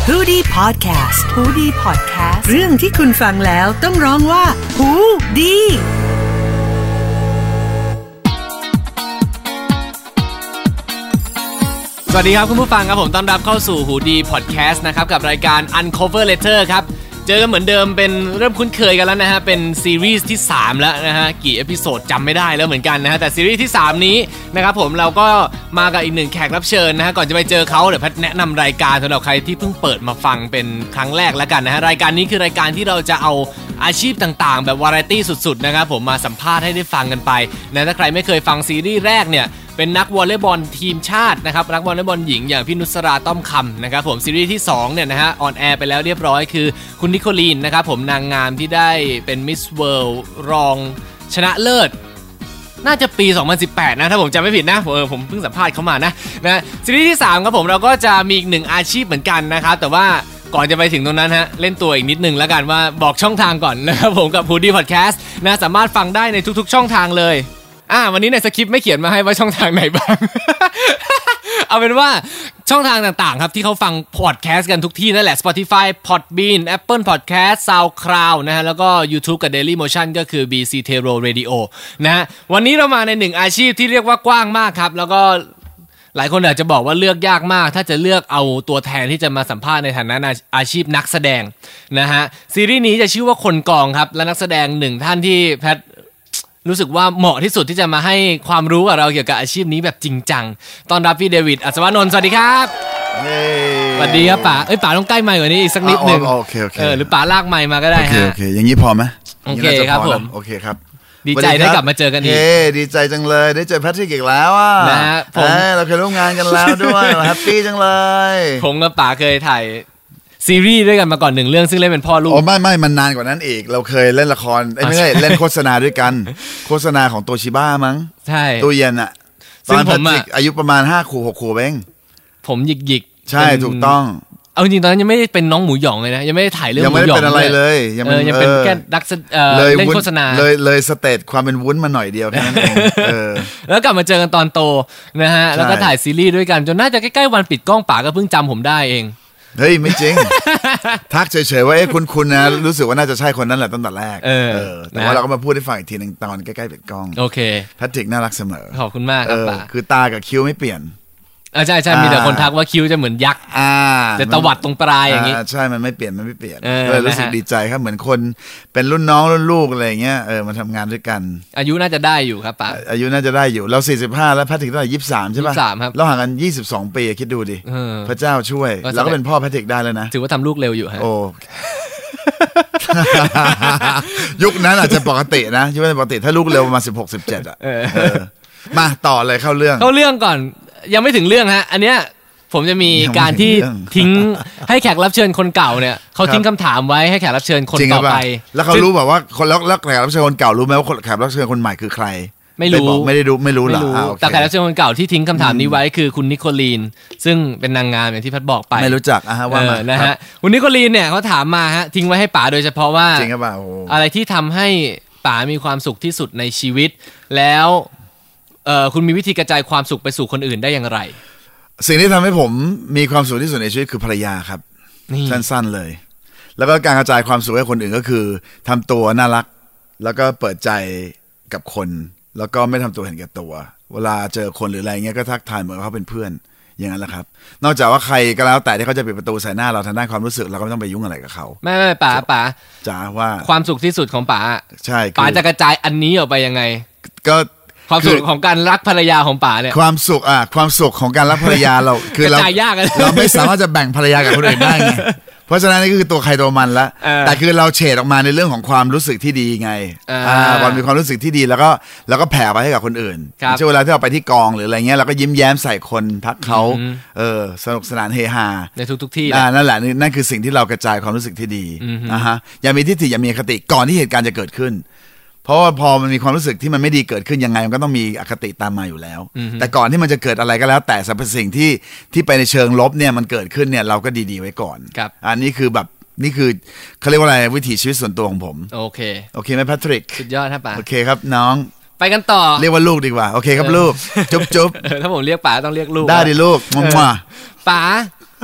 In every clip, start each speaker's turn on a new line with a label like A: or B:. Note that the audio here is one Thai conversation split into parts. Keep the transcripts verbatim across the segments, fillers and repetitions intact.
A: ฮูดี้พอดแคสต์ฮูดี้พอดแคสต์เรื่องที่คุณฟังแล้วต้องร้องว่าฮูดี
B: สวัสดีครับคุณผู้ฟังครับผมต้อนรับเข้าสู่ฮูดีพอดแคสต์นะครับกับรายการ Uncover Letter ครับเจอกันเหมือนเดิมเป็นเริ่มคุ้นเคยกันแล้วนะฮะเป็นซีรีส์ที่สามแล้วนะฮะกี่เอพิโซดจำไม่ได้แล้วเหมือนกันนะฮะแต่ซีรีส์ที่สามนี้นะครับผมเราก็มากับอีกหนึ่งแขกรับเชิญนะฮะก่อนจะไปเจอเขาเดี๋ยวแพทแนะนำรายการสำหรับใครที่เพิ่งเปิดมาฟังเป็นครั้งแรกแล้วกันนะฮะรายการนี้คือรายการที่เราจะเอาอาชีพต่างๆแบบวาไรตี้สุดๆนะครับผมมาสัมภาษณ์ให้ได้ฟังกันไปนะถ้าใครไม่เคยฟังซีรีส์แรกเนี่ยเป็นนักวอลเลย์บอลทีมชาตินะครับนักวอลเลย์บอลหญิงอย่างพี่นุสราต้อมคำนะครับผมซีรีส์ที่สองเนี่ยนะฮะออนแอร์ไปแล้วเรียบร้อยคือคุณนิโคลีนนะครับผมนางงามที่ได้เป็นมิสเวิลด์รองชนะเลิศน่าจะปีสองพันสิบแปดนะถ้าผมจำไม่ผิดนะเออผมเพิ่งสัมภาษณ์เขามานะนะซีรีส์ที่สามครับผมเราก็จะมีอีกหนึ่งอาชีพเหมือนกันนะครับแต่ว่าก่อนจะไปถึงตรงนั้นฮะเล่นตัวอีกนิดนึงแล้วกันว่าบอกช่องทางก่อนนะครับผมกับ Hoodie Podcast นะสามารถฟังได้ในทุกๆช่องทางเลยอ่าวันนี้ในสคริปต์ไม่เขียนมาให้ว่าช่องทางไหนบ้าง เอาเป็นว่าช่องทางต่างๆครับที่เขาฟังพอดแคสต์กันทุกที่นั่นแหละ Spotify Podbean Apple Podcast SoundCloud นะฮะแล้วก็ YouTube กับ Dailymotion ก็คือ บี ซี Tero Radio นะฮะวันนี้เรามาในหนึ่งอาชีพที่เรียกว่ากว้างมากครับแล้วก็หลายคนอาจจะบอกว่าเลือกยากมากถ้าจะเลือกเอาตัวแทนที่จะมาสัมภาษณ์ในฐานะอาชีพนักแสดงนะฮะซีรีส์นี้จะชื่อว่าคนกองครับและนักแสดงหนึ่งท่านที่แพทรู้สึกว่าเหมาะที่สุดที่จะมาให้ความรู้กับเราเกี่ยวกับอาชีพนี้แบบจริงจังต้อนรับพี่เดวิดอัศวนนท์สวัสดีครับสวัสดีครับป๋าเอ้ยป๋าต้องใกล้ไมค์กว่านี้อีกสักนิดนึงโอเคโอเคเออหรือป๋าลากไมค์มาก็ได้ฮะ
C: โอเคอย่างนี้พอไหม
B: โอเคครับผม
C: โอเคครับ
B: ดีใจได้กลับมาเจอกันอีก
C: เฮ้ดีใจจังเลยได้เจอแพทริกอีกแล้วอ่ะ
B: นะฮะผม
C: เราเคยร่วมงานกันแล้วด้วยแฮปปี้จังเลย
B: ผมกับป๋าเคยถ่ายซีรีส์ด้วยกันมาก่อนหนึ่งเรื่องซึ่งเล่นเป็นพ่อลูก
C: อ๋อไม่ไม่มันนานกว่านั้นอีกเราเคยเล่นละครไม่ใช่เล่นโฆษณาด้วยกันโฆษณาของโตชิบ้ามั้ง
B: ใช่
C: ตู้เย็นอ่ะตอนแพทริกอายุประมาณห้าขวบหกขวบเอง
B: ผมหยิกหยิก
C: ใช่ถูกต้อง
B: เอาจริงตอนนั้นยังไม่ได้เป็นน้องหมูหยองเลยนะยังไม่ได้ถ่ายเรื่องหมูหยอง
C: ยังไม่ได้เป็นอะไรเลย
B: ยังยังเป็นแค่ดักเล่นโฆษณา
C: เลยเลยสเตจความเป็นวุ้นมาหน่อยเดียวแค่นั้นเอง
B: แล้วกลับมาเจอกันตอนโตนะฮะแล้วก็ถ่ายซีรีส์ด้วยกันจนน่าจะใกล้ๆวันปิดกล้องป๋าก็เพิ่งจำผมได้เอง
C: เฮ้ยไม่จริง ทักเฉยๆว่าเอ้คุณคุณนะรู้สึกว่าน่าจะใช่คนนั้นแหละตั้งแต่แรกเออแต่ว่าเราก็มาพูดให้ฟังอีกทีนึงตอนใกล้ๆปิดกล้อง
B: โอเค
C: แพทริกน่ารักเสมอ
B: ขอบคุณมากครับป๋า
C: คือตากับคิ้วไม่เปลี่ยน
B: อ่าใช่ใช่มีแต่คนทักว่าคิ้วจะเหมือนยักษ์แต่ตวัดตรงปลายอย่างนี้
C: ใช่มันไม่เปลี่ยนมันไม่เปลี่ยนเลยรู้สึกดีใจครับเหมือนคนเป็นรุ่นน้องรุ่นลูกอะไรอย่างเงี้ยเออมาทำงานด้วยกัน
B: อายุน่าจะได้อยู่ครับป๋า
C: อายุน่าจะได้อยู่เราสี่สิบห้าแล้วแพทริกเท่าไหร่ยี่สิบสามใช่ป่ะ
B: ยี่สิบสามครับ
C: เราห่างกันยี่สิบสองปีคิดดูดิพระเจ้าช่วยเราก็เป็นพ่อแพทริกได้แล้วนะ
B: ถือว่าทำลูกเร็วอยู่ฮะ
C: โอ้ยุคนั้นอาจจะปกตินะยุคนั้นปกติถ้าลูกเร็วประมาณสิบหก สิบเจ็ดอ่ะมาต่อเลยเข้าเรื่อง
B: เข้าเรื่องก่อนยังไม่ถึงเรื่องฮะอันเนี้ยผมจะมีการที่ทิ้งให้แขกรับเชิญคนเก่าเนี่ยเขาทิ้งคำถามไว้ให้แขกรับเชิญคนต่อไป
C: แล้วเขารู้แบบว่าคนแล้วแล้วแขกรับเชิญคนเก่ารู้ไหมว่าแขกรับเชิญคนใหม่คือใคร
B: ไม่รู้
C: ไม่ได้รู้ไม่รู้หรอ
B: แต่แขกรับเชิญคนเก่าที่ทิ้งคำถามนี้ไว้คือคุณนิโคลีนซึ่งเป็นนางงามอย่างที่พัดบอกไป
C: ไม่รู้จักอะฮะว่ามา
B: นะฮะคุณนิโคลีนเนี่ยเขาถามมาฮะทิ้งไว้ให้ป๋าโดยเฉพาะว่า
C: จริงหรือเปล่า
B: อะไรที่ทำให้ป๋ามีความสุขที่สุดในชีวิตแล้วเอ่อคุณมีวิธีกระจายความสุขไปสู่คนอื่นได้อย่างไร
C: สิ่งที่ทำให้ผมมีความสุขที่สุดในชีวิตคือภรรยาครับสั้นๆเลยแล้วก็การกระจายความสุขให้คนอื่นก็คือทำตัวน่ารักแล้วก็เปิดใจกับคนแล้วก็ไม่ทำตัวเห็นแก่ตัวเวลาเจอคนหรืออะไรเงี้ยก็ทักทายเหมือนเขาเป็นเพื่อนอย่างนั้นแหละครับนอกจากว่าใครก็แล้วแต่ที่เขาจะปิดประตูใส่หน้าเราทางด้านความรู้สึกเราก็ไม่ต้องไปยุ่งอะไรกับเขา
B: ไม่ไม่ป๋าป๋า
C: จ๋าว่า
B: ความสุขที่สุดของป๋า
C: ใช่
B: ป๋าจะกระจายอันนี้ออกไปยังไง
C: ก็
B: ความสุขของการรักภรรยาของป๋าเนี่ย
C: ความสุขอ่ะความสุขของการรักภรรยาเราคือเราเราไม่สามารถจะแบ่งภรรยากับคนอื่นได้ไงเพราะฉะนั้นนี่ก็คือตัวใครตัวมันละแต่คือเราเฉดออกมาในเรื่องของความรู้สึกที่ดีไงอ่าบอลมีความรู้สึกที่ดีแล้วก็แล้วก็แผ่ไปให้กับคนอื่นเช่นเวลาที่เราไปที่กองหรืออะไรเงี้ยเราก็ยิ้มแย้มใส่คนทักเขาเออสนุกสนานเฮฮา
B: ในทุกๆที่
C: อ่านั่นแหละนั่นคือสิ่งที่เรากระจายความรู้สึกที่ดีอ่าฮะอย่ามีทิฏฐิอย่ามีอคติก่อนที่เหตุการณ์จะเกิดขึ้นเพราะว่าพอมันมีความรู้สึกที่มันไม่ดีเกิดขึ้นยังไงมันก็ต้องมีอคติตามมาอยู่แล้วแต่ก่อนที่มันจะเกิดอะไรก็แล้วแต่สรรพสิ่งที่ที่ไปในเชิงลบเนี่ยมันเกิดขึ้นเนี่ยเราก็ดีๆไว้ก่อนอันนี้คือแบบนี่คือเขาเรียกว่าอะไรวิถีชีวิตส่วนตัวของผม
B: โอเค
C: โอเคไหมแพทริก
B: สุดยอดครับป๋า
C: โอเคครับน้อง
B: ไปกันต่อ
C: เรียกว่าลูกดีกว่าโอเคครับลูกจุ๊บจุ๊บ
B: ถ้าผมเรียกป๋าต้องเรียกลูก
C: ได้ดิลูกมา
B: ป๋า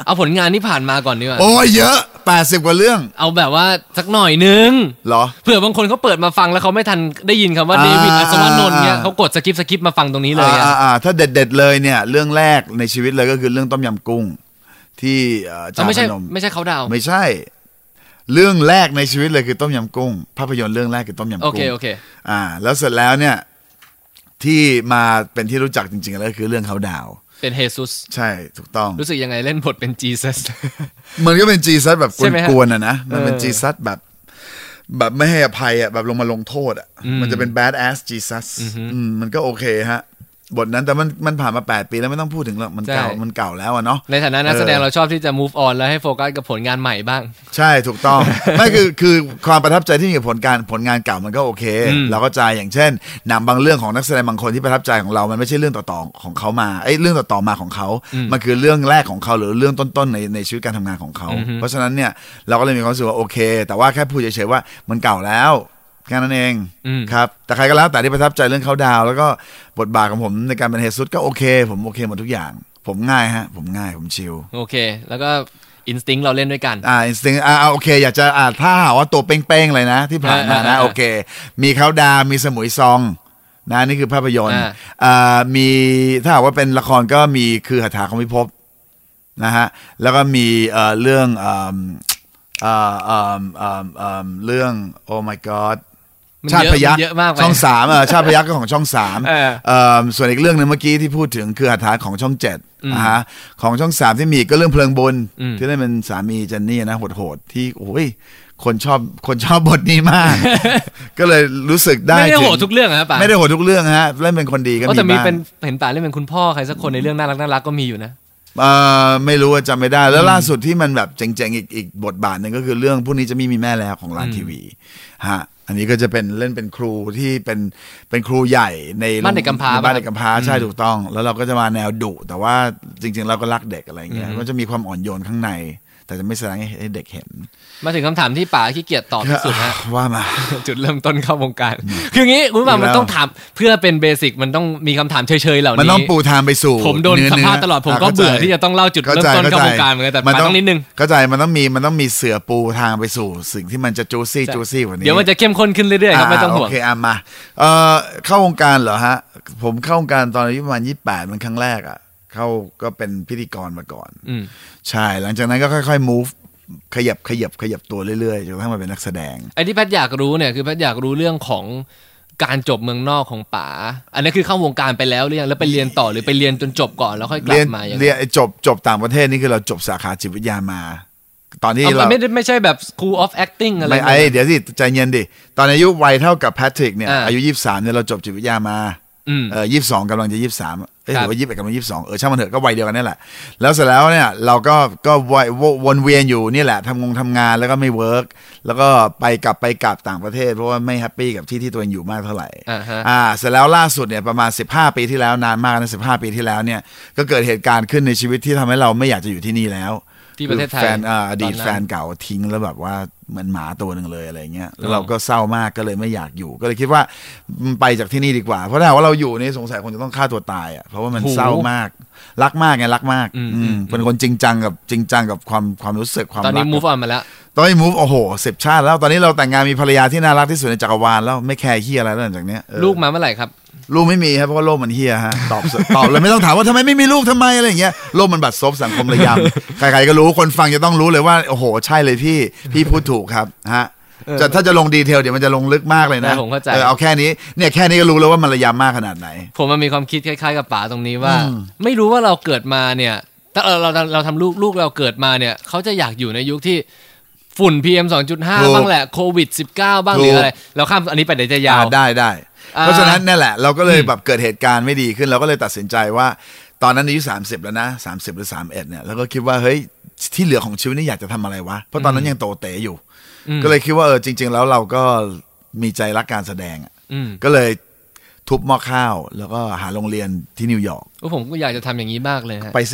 B: เอาผลงานที่ผ่านมาก่อนดีกว่า
C: โอ้ยเยอะแปดสิบกว่าเรื่อง
B: เอาแบบว่าสักหน่อยนึง
C: เหรอ
B: เผื่อบางคนเขาเปิดมาฟังแล้วเขาไม่ทันได้ยินคำว่าเดวิดอัศวนนท์เนี่ยเขากดสกิปสกิปมาฟังตรงนี้เลย
C: อ่าถ้าเด็ดๆเลยเนี่ยเรื่องแรกในชีวิตเลยก็คือเรื่องต้มยำกุ้งที่
B: จาพนมไม่ใช่เขาดาว
C: ไม่ใช่เรื่องแรกในชีวิตเลยคือต้มยำกุ้งภาพยนตร์เรื่องแรกคือต้มยำกุ้งโอ
B: เคโอเค
C: อ่าแล้วเสร็จแล้วเนี่ยที่มาเป็นที่รู้จักจริงๆแล้วคือเรื่องเขาดาว
B: เป็นเฮซุส
C: ใช่ถูกต้อง
B: รู้สึกยังไงเล่นบทเป็นจีซัส
C: มันก็เป็นจีซัสแบบกวนๆอ่ะนะมันเป็นจีซัสแบบแบบไม่ให้อภัยอ่ะแบบลงมาลงโทษอ่ะมันจะเป็น bad ass Jesus มันก็โอเคฮะบทนั้นแต่มันมันผ่านมาแปดปีแล้วไม่ต้องพูดถึงหรอกมันเก่ามันเก่าแล้วอ่ะเนาะ
B: ในฐานะนักแสดงเราชอบที่จะ move on แล้วให้โฟกัสกับผลงานใหม่บ้าง
C: ใช่ถูกต้อง ไม่คือคือความประทับใจที่มีกับผลการผลงานเก่ามันก็โอเคเราก็ใจอย่างเช่นหนังบางเรื่องของนักแสดงบางคนที่ประทับใจของเรามันไม่ใช่เรื่องต่อๆของเขามาไอ้เรื่องต่อๆมาของเขามันคือเรื่องแรกของเขาหรือเรื่องต้นๆในในชีวิตการทำงานของเขาเพราะฉะนั้นเนี่ยเราก็เลยมีความรู้สึกว่าโอเคแต่ว่าแค่พูดเฉยๆว่ามันเก่าแล้วแค่นั้นเองครับแต่ใครก็แล้วแต่ที่ประทับใจเรื่องเขาดาวแล้วก็บทบาทของผมในการเป็นเฮซุสก็โอเคผมโอเคหมดทุกอย่างผมง่ายฮะผมง่ายผมชิล
B: โอเคแล้วก็อินสติ้งเราเล่นด้วยกัน
C: อ่าอินสติ้งอ่าโอเคอยากจะอ่าถ้าหาว่าตัวเป้งๆเลยนะที่ผ่านมานะโอเคมีเขาดาวมีสมุยซองนะนี่คือภาพยนตร์อ่ามีถ้าหากว่าเป็นละครก็มีคือหัตถาของพิภพนะฮะแล้วก็มีเอ่อเรื่องเอ่อเอ่อเอ่อเอ่อเอ่อเรื่อง oh my godชาติพยัคฆ์ช่องสามเออชาติพยัคฆ์ก็ของช่องสามเอ่อส่วนอีกเรื่องนึงเมื่อกี้ที่พูดถึงคือหัตถาของช่องเจ็ดนะฮะของช่องสามที่มีก็เรื่องเพลิงบุญที่ได้เป็นสามีเจนนี่นะโหดๆที่โอ้ยคนชอบคนชอบบทนี้มากก็เลยรู้สึกได้
B: ไม่ได้โหดทุกเรื่องครับป่ะ
C: ไม่ได้โหดทุกเรื่องฮะเล่นเป็นคนดีก็มีบ้าง
B: แต่มีเป็นเห็นป่ะเล่นเป็นคุณพ่อใครสักคนในเรื่องน่ารักน่ารักก็มีอยู่นะ
C: เอ่อไม่รู้ว่าจำไม่ได้แล้วล่าสุดที่มันแบบเจ๋งๆอีกอีกบทบาทนึงก็คือเรื่องพวกนี้จะมีมีแม่แล้วของร้านทีวีฮะอันนี้ก็จะเป็นเล่นเป็นครูที่เป็นเป็นครูใหญ่ใน
B: บ้านเด็กกำพร้า
C: บ้านเด็กกำพร้าใช่ถูกต้องแล้วเราก็จะมาแนวดุแต่ว่าจริงๆเราก็รักเด็กอะไรเงี้ยก็จะมีความอ่อนโยนข้างในแต่จะไม่แสดงให้เด็กเห็น
B: มาถึงคำถามที่ป๋าขี้เกียจตอบที่สุดฮะ
C: ว่ามา
B: จุดเริ่มต้นเข้าวงการคืออย่างงี้คุณป๋ามันต้องถามเพื่อเป็นเบสิกมันต้องมีคำถามเฉยๆเหล่านี้
C: มันต้องปูทางไปสู่
B: ผมโดนสัมภาษณ์ตลอดผมก็เบื่อที่จะต้องเล่าจุดเริ่มต้นเข้าวงการเหมือนกันแต่ป๋าต้องนิดนึง
C: เข้าใจมันต้องมีมันต้องมีเสือปูทางไปสู่สิ่งที่มันจะจูซี่จูซี่กว่านี้
B: เดี๋ยวมันจะเข้มข้นขึ้นเรื่อยๆครับไม่ต้องห่วง
C: โอเคอ่ะมาเอ่อเข้าวงการเหรอฮะผมเข้าวงการตอนอายุประมาณยี่สิบแปดมันครั้งแรกอ่ะเข้าก็เป็นพิธีกรมาก่อนใช่หลังจากนั้นก็ค่อยๆ moveขยับขยับขยับตัวเรื่อยๆจนกระทั่งมาเป็นนักแสดง
B: ไอ้ที่แพทย์อยากรู้เนี่ยคือแพทย์อยากรู้เรื่องของการจบเมืองนอกของป๋าอันนี้คือเข้าวงการไปแล้วหรือยังแล้วไปเรียนต่อหรือไปเรียนจนจบก่อนแล้วค่อยกลับมาอย่าง
C: เรียนจบจบต่างประเทศนี่คือเราจบสาขาจิตวิทยามาตอนนี้เรา
B: ไม่ไม่ใช่แบบ School of Acting อะไร
C: ไม่ไอเดี๋ยวสิใจเย็นดิตอนอายุวัยเท่ากับแพทริกเนี่ยอายุยี่สิบสามเนี่ยเราจบจิตวิทยามาเออยี่สิบสองกำลังจะยี่สิบสามเอ้ยหรือว่ายี่สิบเอ็ดกำลังยี่สิบสองเออช่างมันเถอะก็วัยเดียวกันนี่แหละแล้วเสร็จแล้วเนี่ยเราก็ก็วนเวียนอยู่นี่แหละทำงงทำงานแล้วก็ไม่เวิร์กแล้วก็ไปกลับไปกลับต่างประเทศเพราะว่าไม่แฮปปี้กับที่ที่ตัวเองอยู่มากเท่าไหร่อ่าเสร็จแล้วล่าสุดเนี่ยประมาณสิบห้าปีที่แล้วนานมากนะสิบห้าปีที่แล้วเนี่ยก็เกิดเหตุการณ์ขึ้นในชีวิตที่ทำให้เราไม่อยากจะอยู่ที่นี่แล้ว
B: ที่ประเทศไทย
C: แฟนอดีตแฟนเก่าทิ้งแล้วแบบว่าเหมือนหมาตัวหนึ่งเลยอะไรเงี้ยแล้วเราก็เศร้ามากก็เลยไม่อยากอยู่ก็เลยคิดว่าไปจากที่นี่ดีกว่าเพราะถ้าว่าเราอยู่นี่สงสัยคนจะต้องฆ่าตัวตายอ่ะเพราะว่ามันเศร้ามากรักมากไงรักมากเป็นคนจริงจังกับจริงจังกับความความรู้สึกความรัก
B: ตอนนี้ move on มาแล้ว
C: ตอนนี้ move โอ้โหสิบชาติแล้วตอนนี้เราแต่งงานมีภรรยาที่น่ารักที่สุดในจักรวาลแล้วไม่แคร์เหี้ยอะไรแล้วหลังจากนี้
B: ลูกมาเมื่อไหร่ครับ
C: ลูกไม่มีครับเพราะว่าโลกมันเฮียฮะตอบตอบเลยไม่ต้องถามว่าทำไมไม่มีลูกทำไมอะไรอย่างเงี้ยโลกมันบัดซบสังคมระยำใครๆก็รู้คนฟังจะต้องรู้เลยว่าโอ้โหใช่เลยพี่พี่พูดถูกครับฮะจะถ้าจะลงดีเทลเดี๋ยวมันจะลงลึกมากเลยนะ
B: ผมเข้าใจ
C: เอาแค่นี้เนี่ยแค่นี้ก็รู้แล้วว่ามันระยำมากขนาดไหน
B: ผมมันมีความคิดคล้ายๆกับป๋าตรงนี้ว่าไม่รู้ว่าเราเกิดมาเนี่ยถ้าเราเราเราทำลูกลูกเราเกิดมาเนี่ยเขาจะอยากอยู่ในยุคที่ฝุ่น พี เอ็ม สองจุดห้า บ้างแหละโควิดสิบเก้าบ้างหรืออะไรเราข้ามอันนี้ไปเดี๋ยวจะยาว
C: ได้ได้เพราะฉะนั้นนี่แหละเราก็เลยแบบเกิดเหตุการณ์ไม่ดีขึ้นเราก็เลยตัดสินใจว่าตอนนั้นอายุสามสิบแล้วนะสามสิบหรือสามสิบเอ็ดเนี่ยแล้วก็คิดว่าเฮ้ยที่เหลือของชีวิตนี่อยากจะทำอะไรวะเพราะตอนนั้นยังโตเต๋อยู่ก็เลยคิดว่าเออจริงๆแล้วเราก็มีใจรักการแสดงอ่ะก็เลยทุบหม้อข้าวแล้วก็หาโรงเรียนที่นิวยอร์ก
B: ผมก็อยากจะทำอย่างนี้มากเลยฮะ
C: ไปสิ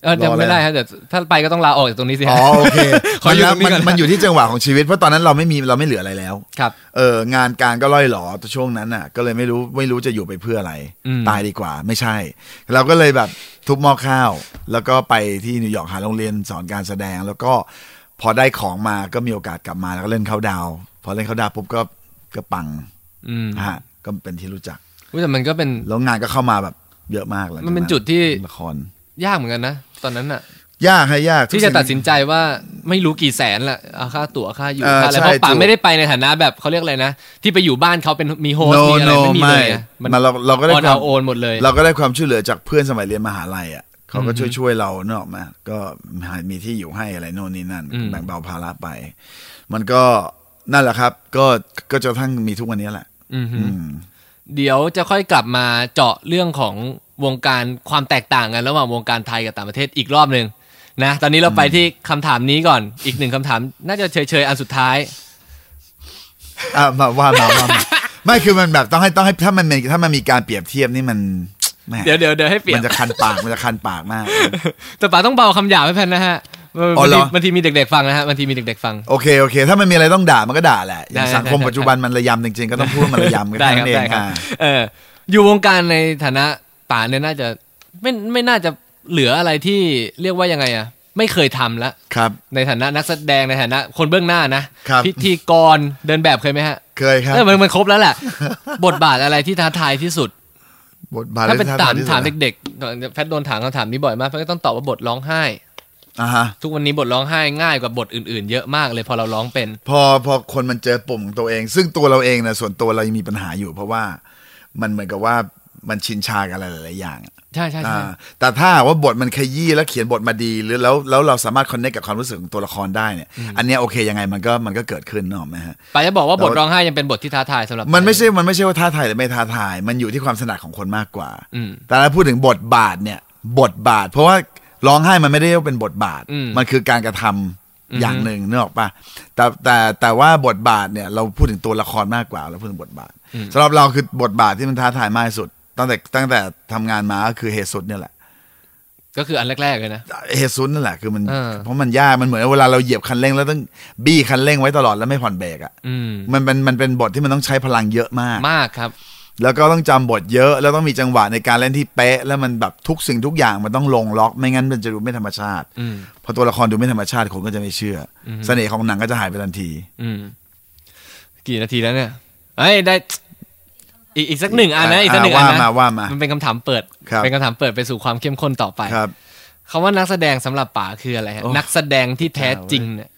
B: เออยังไม่ได้ครับแต่ถ้าไปก็ต้องลาออกจากตรงนี้สิ
C: อ๋อโอเคมันมันอยู่ที่จังหวะของชีวิตเพราะตอนนั้นเราไม่มีเราไม่เหลืออะไรแล้ว
B: ครับ
C: เอองานการก็ล่อยหลอช่วงนั้นน่ะก็เลยไม่รู้ไม่รู้จะอยู่ไปเพื่ออะไรตายดีกว่าไม่ใช่เราก็เลยแบบทุบหม้อข้าวแล้วก็ไปที่นิวยอร์กหาโรงเรียนสอนการแสดงแล้วก็พอได้ของมาก็มีโอกาสกลับมาแล้วก็เล่นเข้าดาวพอเล่นเข้าดาวปุ๊บก็ก็ปังฮะก็เป็นที่รู้จัก
B: แต่มันก็เป็น
C: แล้วงานก็เข้ามาแบบเยอะมากเลย
B: มันเป็นจุดที่
C: ละคร
B: ยากเหมือนกันนะตอนนั้นน่ะ
C: ยากให้ยาก
B: ที่จะตัดสินใจว่าไม่รู้กี่แสนแหละค่าตั๋วค่าอยู่ค่าอะไรเพราะป๋าไม่ได้ไปในฐานะแบบเขาเรียกอะไรนะที่ไปอยู่บ้านเขาเป็นมีโฮสต์มีอะไรไม่มีเลย
C: มันเราเราก็ได้
B: ความโอนหมดเลย
C: เราก็ได้ความช่วยเหลือจากเพื่อนสมัยเรียนมหาลัยอ่ะเขาก็ช่วยช่วยเราเนอะมาก็มีที่อยู่ให้อะไรโน่นนี่นั่นแบ่งเบาภาระไปมันก็นั่นแหละครับก็ก็จนทั้งมีทุกวันนี้แหละ
B: เดี๋ยวจะค่อยกลับมาเจาะเรื่องของวงการความแตกต่างกันระหว่างวงการไทยกับต่างประเทศอีกรอบนึงนะตอนนี้เราไปที่คำถามนี้ก่อนอีกหนึ่งคำถามน่าจะเฉยๆอันสุดท้าย
C: อ่ะมาว่ามาว่าไม่คือมันแบบต้องให้ต้องให้ถ้ามันถ้ามันมีการเปรียบเทียบนี่มัน
B: เดี๋ยวเดี๋ยวเดี๋ยวให้เปรียบ
C: มันจะคันปากมันจะคันปากมาก
B: แต่ป๋าต้องเบาคำหยาบให้แพนนะฮะบางทีมีเด็กๆฟังนะฮะบางทีมีเด็กๆฟัง
C: โอเคโอเคถ้ามันมีอะไรต้องด่ามันก็ด่าแหละอย่างสังคมปัจจุบันมันระยำจริงๆก็ต้องพูดมันระยำกัน
B: ได้ครับได้ครับเอออยู่วงการในฐานะป๋าเนี่ยน่าจะไม่ไม่น่าจะเหลืออะไรที่เรียกว่ายังไงอะไม่เคยทำแล้วในฐานะนักแสดงในฐานะคนเบื้องหน้านะพิธีกรเดินแบบเคยไหมฮะ
C: เคยครับ
B: เออมันมันครบแล้วแหละบทบาทอะไรที่ท้าทายที่สุด
C: บทบาท
B: ถ้าเป็นถามถามเด็กๆแพทโดนถามคำถามนี้บ่อยมากแพทก็ต้องตอบว่าบทร้องไห้
C: อ่าฮะ
B: ทุกวันนี้บทร้องไห้ง่ายกว่าบทอื่นๆเยอะมากเลยพอเราร้องเป็น
C: พอพอคนมันเจอปุ่มของตัวเองซึ่งตัวเราเองนะส่วนตัวเรายังมีปัญหาอยู่เพราะว่ามันเหมือนกับว่ามันชินชากับอะไรหลายๆอย่าง
B: ใช่ใช่ใช่
C: แต่ถ้าว่าบทมันขยี้แล้วเขียนบทมาดีหรือแล้วแล้วเราสามารถคอนเนคกับความรู้สึกของตัวละครได้เนี่ยอันนี้โอเคยังไงมันก็มันก็เกิดขึ้นเนาะไหมฮะ
B: ไปจะบอกว่าบทร้องไห้ยังเป็นบทที่ท้าทายสำหรับ
C: มันไม่ใช่มันไม่ใช่ว่าท้าทายหรือไม่ท้าทายมันอยู่ที่ความถนัดของคนมากกว่าแต่ถ้าพูดถึงบทบาทเนี่ยบทบาทเพราะว่าร้องไห้มันไม่ได้เป็นบทบาทมันคือการกระทำอย่างหนึ่งนึกออกป่ะแต่แต่แต่ว่าบทบาทเนี่ยเราพูดถึงตัวละครมากกว่าเราพูดถึงบทบาทสำหรับเราคือบทบาทที่มันท้าทายมากที่สุดตั้งแต่ตั้งแต่ทำงานมาก็คือเฮซุสเนี่ยแหละ
B: ก็คืออันแรกๆเลยนะ
C: เฮซุสนั่นแหละคือมันเพราะมันยากมันเหมือนเวลาเราเหยียบคันเร่งแล้วต้องบี้คันเร่งไว้ตลอดแล้วไม่ผ่อนเบรกอ่ะมันเป็นมันเป็นบทที่มันต้องใช้พลังเยอะมาก
B: มากครับ
C: แล้วก็ต้องจำบทเยอะแล้วต้องมีจังหวะในการเล่นที่เป๊ะแล้วมันแบบทุกสิ่งทุกอย่างมันต้องลงล็อกไม่งั้นมันจะดูไม่ธรรมชาติพอตัวละครดูไม่ธรรมชาติคนก็จะไม่เชื่อเสน่ห์ของหนังก็จะหายไปทันที
B: กี่นาทีแล้วเนี่ยเอ้ยได้อีกอีกสักหนึ่งอันนะอีกสักหนึ่งอันนะมันเป็นคำถามเปิดเป็นคำถามเปิดไปสู่ความเข้มข้นต่อไปคำว่านักแสดงสำหรับป๋าคืออะไรฮะนักแสดงที่แท้จริงเนี่ย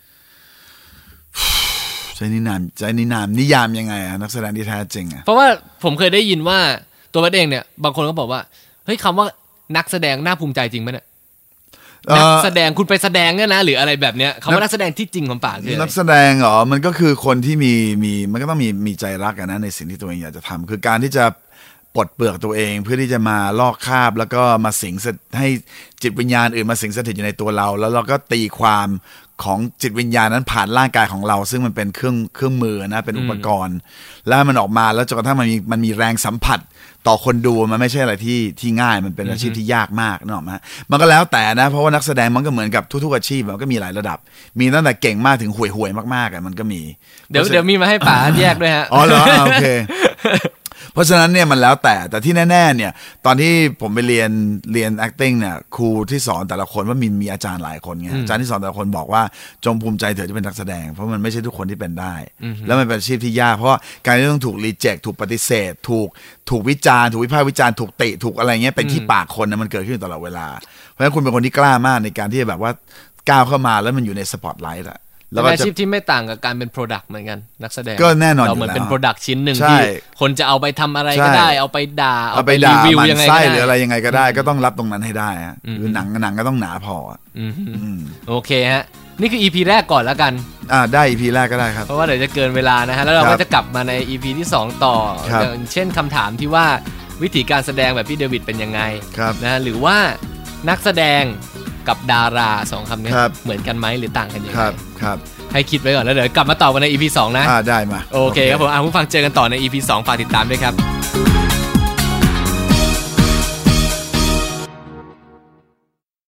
C: ใช้นิยามใช้นิยามนิยามยังไงอะนักแสดงที่แท้จริงอะ
B: เพราะว่าผมเคยได้ยินว่าตัวป๋าเองเนี่ยบางคนก็บอกว่าเฮ้ยคำว่านักแสดงน่าภูมิใจจริงไหมเนี่ยนักแสดงคุณไปแสดงเนี่ยนะหรืออะไรแบบเนี้ยคำว่านักแสดงที่จริงของป๋าคือ
C: นักแสดงเหรอมันก็คือคนที่มีมีมันก็ต้องมีมีใจรักกันนะในสิ่งที่ตัวเองอยากจะทำคือการที่จะปลดเปลือกตัวเองเพื่อที่จะมาลอกคราบแล้วก็มาสิงให้จิตวิญญาณอื่นมาสิงสถิตอยู่ในตัวเราแล้วเราก็ตีความของจิตวิญญาณนั้นผ่านร่างกายของเราซึ่งมันเป็นเครื่องเครื่องมือนะเป็นอุปกรณ์แล้วมันออกมาแล้วจนกระทั่งมันมีมันมีแรงสัมผัสต่อคนดูมันไม่ใช่อะไรที่ที่ง่ายมันเป็นอาชีพที่ยากมากเนอะมั้ยมันก็แล้วแต่นะเพราะว่านักแสดงมันก็เหมือนกับทุกๆอาชีพมันก็มีหลายระดับมีตั้งแต่เก่งมากถึงห่วยๆมากๆอ่ะมันก็มี
B: เดี๋ยวเดี๋ยวมีมาให้ป๋าแยกด้วยฮะ
C: อ๋อเหรอโอเคเพราะฉะนั้นเนี่ยมันแล้วแต่แต่ที่แน่ๆเนี่ยตอนที่ผมไปเรียนเรียน acting เนี่ยครูที่สอนแต่ละคนว่ามีมีอาจารย์หลายคนไงอาจารย์ที่สอนแต่ละคนบอกว่าจงภูมิใจเถิดที่เป็นนักแสดงเพราะมันไม่ใช่ทุกคนที่เป็นได้แล้วมันเป็นอาชีพที่ยากเพราะการที่ต้องถูกรีเจ็คถูกปฏิเสธถูกถูกวิจารณ์ถูกวิพากษ์วิจารณ์ถูกติถูกอะไรเงี้ยเป็นที่ปากคนนะมันเกิดขึ้นตลอดเวลาเพราะฉะนั้นคุณเป็นคนที่กล้ามากในการที่แบบว่าก้าวเข้ามาแล้วมันอยู่ในสปอตไลท์อะ
B: เป็นอาชีพที่ไม่ต่างกับการเป็น product เหมือนกันนักแสดง
C: ก็แน่นอน
B: เราเหมือนเป็น product ชิ้นหนึ่งที่คนจะเอาไปทำอะไรก็ได้เอาไปด่าเอาไปรีวิวยังไงก็ได้
C: หรืออะไรยังไงก็ได้ก็ต้องรับตรงนั้นให้ได้คือหนังหนังก็ต้องหนาพอ
B: โอเคฮะนี่คือ อี พี แรกก่อนแล้วกัน
C: อ่าได้ อี พี แรกก็ได้ครับ
B: เพราะว่าเดี๋ยวจะเกินเวลานะฮะแล้วเราก็จะกลับมาใน อี พี ที่สองต่ออย่างเช่นคำถามที่ว่าวิธีการแสดงแบบพี่เดวิดเป็นยังไงนะหรือว่านักแสดงกับดาราสองคำนี้เหมือนกันไหมหรือต่างกันยังไง
C: ครับ
B: ให้คิดไว้ก่อนแล้วเดี๋ยวกลับมาต่อกันใน อี พี สองนะ
C: อ่าได้มา
B: โอเคครับผมอ่ะผู้ฟังเจอกันต่อใน อี พี สองฝากติดตามด้วยครับ